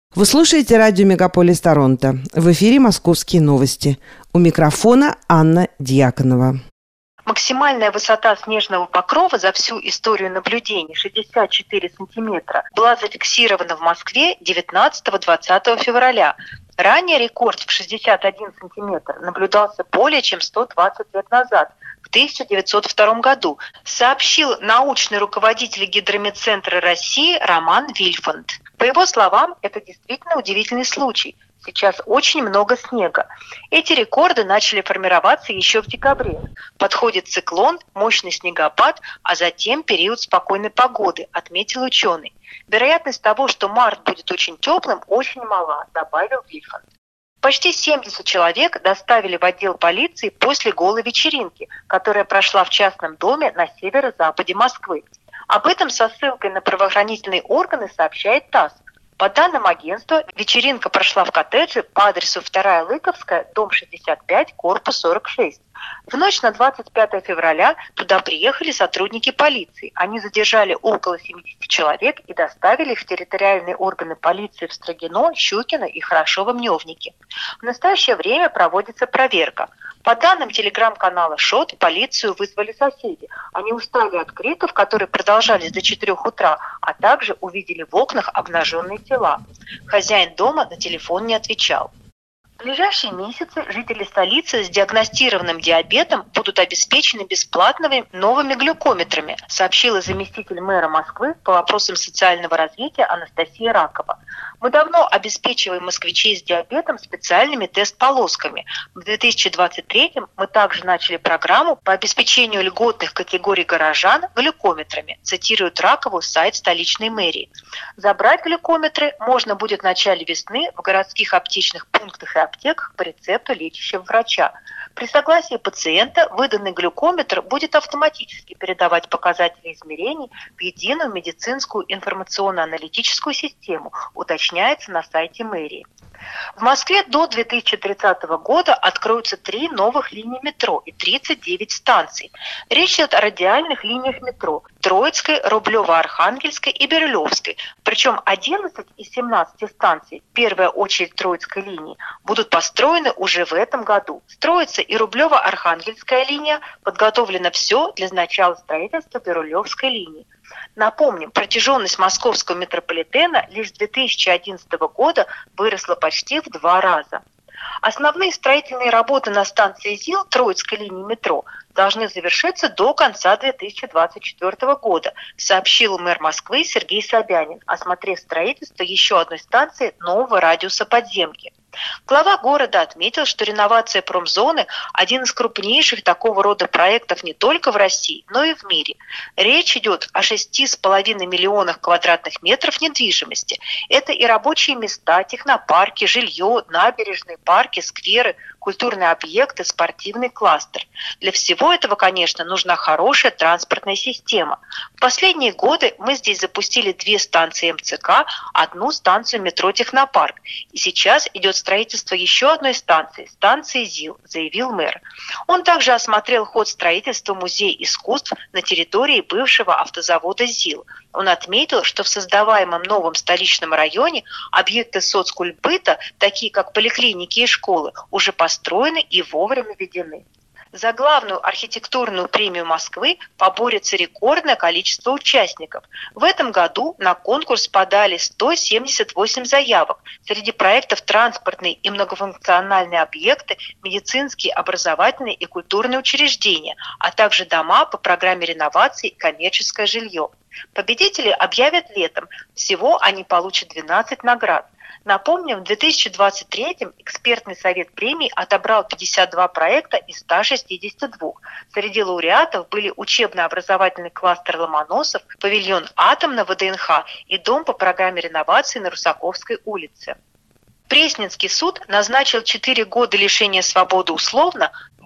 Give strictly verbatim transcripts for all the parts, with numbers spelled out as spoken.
Вы слушаете радио «Мегаполис Торонто». В эфире «Московские новости». У микрофона Анна Дьяконова. Максимальная высота снежного покрова за всю историю наблюдений шестьдесят четыре сантиметра была зафиксирована в Москве девятнадцатого-двадцатого февраля. Ранее рекорд в шестьдесят один сантиметр наблюдался более чем сто двадцать лет назад, в тысяча девятьсот втором году, сообщил научный руководитель Гидрометцентра России Роман Вильфанд. По его словам, это действительно удивительный случай. Сейчас очень много снега. Эти рекорды начали формироваться еще в декабре. Подходит циклон, мощный снегопад, а затем период спокойной погоды, отметил ученый. Вероятность того, что март будет очень теплым, очень мала, добавил Вильфанд. Почти семьдесят человек доставили в отдел полиции после голой вечеринки, которая прошла в частном доме на северо-западе Москвы. Об этом со ссылкой на правоохранительные органы сообщает ТАСС. По данным агентства, вечеринка прошла в коттедже по адресу вторая Лыковская, дом шестьдесят пять, корпус сорок шесть. В ночь на двадцать пятое февраля туда приехали сотрудники полиции. Они задержали около семидесяти человек и доставили их в территориальные органы полиции в Строгино, Щукино и Хорошово-Мневнике. В настоящее время проводится проверка. По данным телеграм-канала ШОТ, полицию вызвали соседи. Они устали от криков, которые продолжались до четырёх утра, а также увидели в окнах обнаженные тела. Хозяин дома на телефон не отвечал. В ближайшие месяцы жители столицы с диагностированным диабетом будут обеспечены бесплатными новыми глюкометрами, сообщила заместитель мэра Москвы по вопросам социального развития Анастасия Ракова. Мы давно обеспечиваем москвичей с диабетом специальными тест-полосками. В две тысячи двадцать третьем мы также начали программу по обеспечению льготных категорий горожан глюкометрами, цитирует Ракову сайт столичной мэрии. Забрать глюкометры можно будет в начале весны в городских аптечных пунктах и аптеках по рецепту лечащего врача. При согласии пациента выданный глюкометр будет автоматически передавать показатели измерений в единую медицинскую информационно-аналитическую систему, уточняется на сайте мэрии. В Москве до две тысячи тридцатого года откроются три новых линии метро и тридцать девять станций. Речь идет о радиальных линиях метро – Троицкой, Рублево-Архангельской и Бирюлевской. Причем одиннадцать из семнадцати станций, первая очередь Троицкой линии, будут построены уже в этом году. Строится и Рублево-Архангельская линия, подготовлено все для начала строительства Бирюлевской линии. Напомним, протяженность московского метрополитена лишь с две тысячи одиннадцатого года выросла почти в два раза. Основные строительные работы на станции ЗИЛ Троицкой линии метро должны завершиться до конца две тысячи двадцать четвёртого года, сообщил мэр Москвы Сергей Собянин, осмотрев строительство еще одной станции нового радиуса подземки. Глава города отметил, что реновация промзоны – один из крупнейших такого рода проектов не только в России, но и в мире. Речь идет о шести с половиной миллионах квадратных метров недвижимости. Это и рабочие места, технопарки, жилье, набережные, парки, скверы, культурные объекты, спортивный кластер. Для всего этого, конечно, нужна хорошая транспортная система. В последние годы мы здесь запустили две станции эм цэ ка, одну станцию метро «Технопарк». И сейчас идет строительство еще одной станции, станции ЗИЛ, заявил мэр. Он также осмотрел ход строительства Музея искусств на территории бывшего автозавода ЗИЛ. Он отметил, что в создаваемом новом столичном районе объекты соцкультбыта, такие как поликлиники и школы, уже построены и вовремя введены. За главную архитектурную премию Москвы поборется рекордное количество участников. В этом году на конкурс подали сто семьдесят восемь заявок. Среди проектов транспортные и многофункциональные объекты, медицинские, образовательные и культурные учреждения, а также дома по программе реновации и коммерческое жилье. Победители объявят летом. Всего они получат двенадцать наград. Напомним, в две тысячи двадцать третьем экспертный совет премии отобрал пятьдесят два проекта из ста шестидесяти двух. Среди лауреатов были учебно-образовательный кластер Ломоносов, павильон «Атом» на вэ дэ эн ха и дом по программе реновации на Русаковской улице. Пресненский суд назначил четыре года лишения свободы условно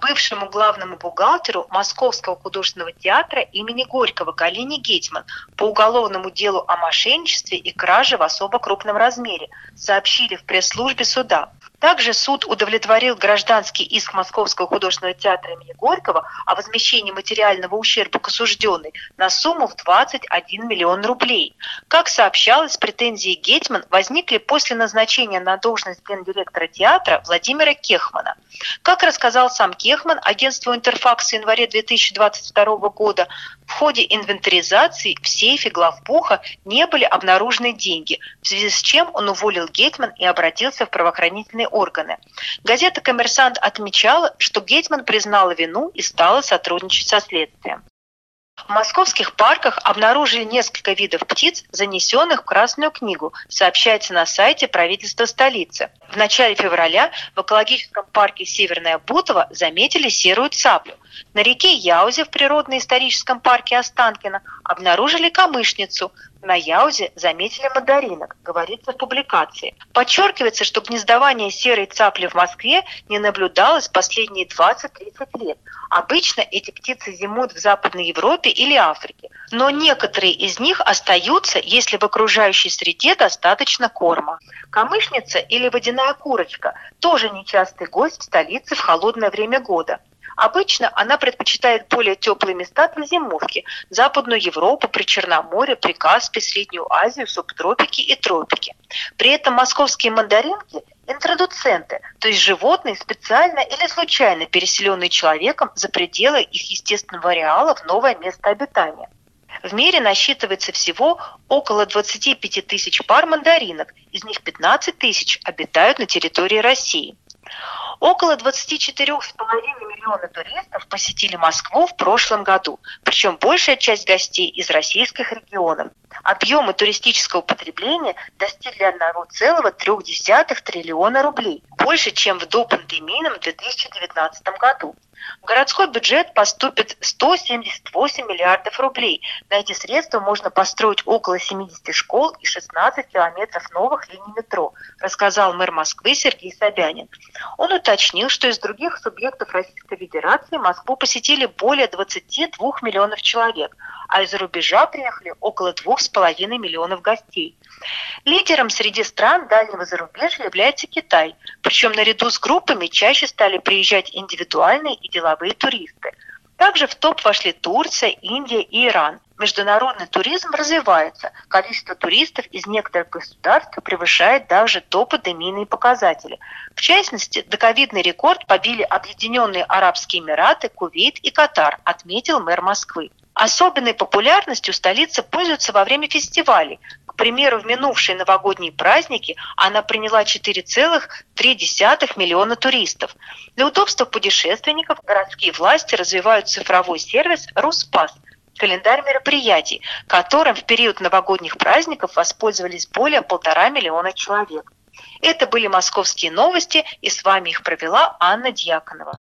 бывшему главному бухгалтеру Московского художественного театра имени Горького Галине Гетман по уголовному делу о мошенничестве и краже в особо крупном размере, сообщили в пресс-службе суда. Также суд удовлетворил гражданский иск Московского художественного театра имени Горького о возмещении материального ущерба к осужденной на сумму в двадцать один миллион рублей. Как сообщалось, претензии Гетман возникли после назначения на должность гендиректора театра Владимира Кехмана. Как рассказал сам Кехман агентству «Интерфакс» в январе две тысячи двадцать второго года, в ходе инвентаризации в сейфе главбуха не были обнаружены деньги, в связи с чем он уволил Гетман и обратился в правоохранительные органы. Газета «Коммерсант» отмечала, что Гетман признала вину и стала сотрудничать со следствием. В московских парках обнаружили несколько видов птиц, занесенных в Красную книгу, сообщается на сайте правительства столицы. В начале февраля в экологическом парке Северная Бутово заметили серую цаплю. На реке Яузе в природно-историческом парке Останкино обнаружили камышницу. На Яузе заметили мандаринок, говорится в публикации. Подчеркивается, что гнездование серой цапли в Москве не наблюдалось последние двадцать-тридцать лет. Обычно эти птицы зимуют в Западной Европе или Африке, но некоторые из них остаются, если в окружающей среде достаточно корма. Камышница или водяная курочка – тоже нечастый гость в столице в холодное время года. Обычно она предпочитает более теплые места для зимовки – Западную Европу, Причерноморье, Прикаспий, Среднюю Азию, субтропики и тропики. При этом московские мандаринки – интродуценты, то есть животные, специально или случайно переселенные человеком за пределы их естественного ареала в новое место обитания. В мире насчитывается всего около двадцати пяти тысяч пар мандаринок, из них пятнадцать тысяч обитают на территории России. Около двадцати четырёх с половиной миллиона туристов посетили Москву в прошлом году, причем большая часть гостей из российских регионов. Объемы туристического потребления достигли одного целого трёх десятых триллиона рублей, больше, чем в допандемийном две тысячи девятнадцатом году. В городской бюджет поступит сто семьдесят восемь миллиардов рублей. На эти средства можно построить около семидесяти школ и шестнадцать километров новых линий метро, рассказал мэр Москвы Сергей Собянин. Он уточнил, что из других субъектов Российской Федерации Москву посетили более двадцати двух миллионов человек, а из-за рубежа приехали около двух с половиной миллионов гостей. Лидером среди стран дальнего зарубежья является Китай, причем наряду с группами чаще стали приезжать индивидуальные и деловые туристы. Также в топ вошли Турция, Индия и Иран. Международный туризм развивается. Количество туристов из некоторых государств превышает даже допандемийные показатели. В частности, доковидный рекорд побили Объединенные Арабские Эмираты, Кувейт и Катар, отметил мэр Москвы. Особенной популярностью столица пользуется во время фестивалей. К примеру, в минувшие новогодние праздники она приняла четыре целых три десятых миллиона туристов. Для удобства путешественников городские власти развивают цифровой сервис «Руспас» – календарь мероприятий, которым в период новогодних праздников воспользовались более полтора миллиона человек. Это были московские новости, и с вами их провела Анна Дьяконова.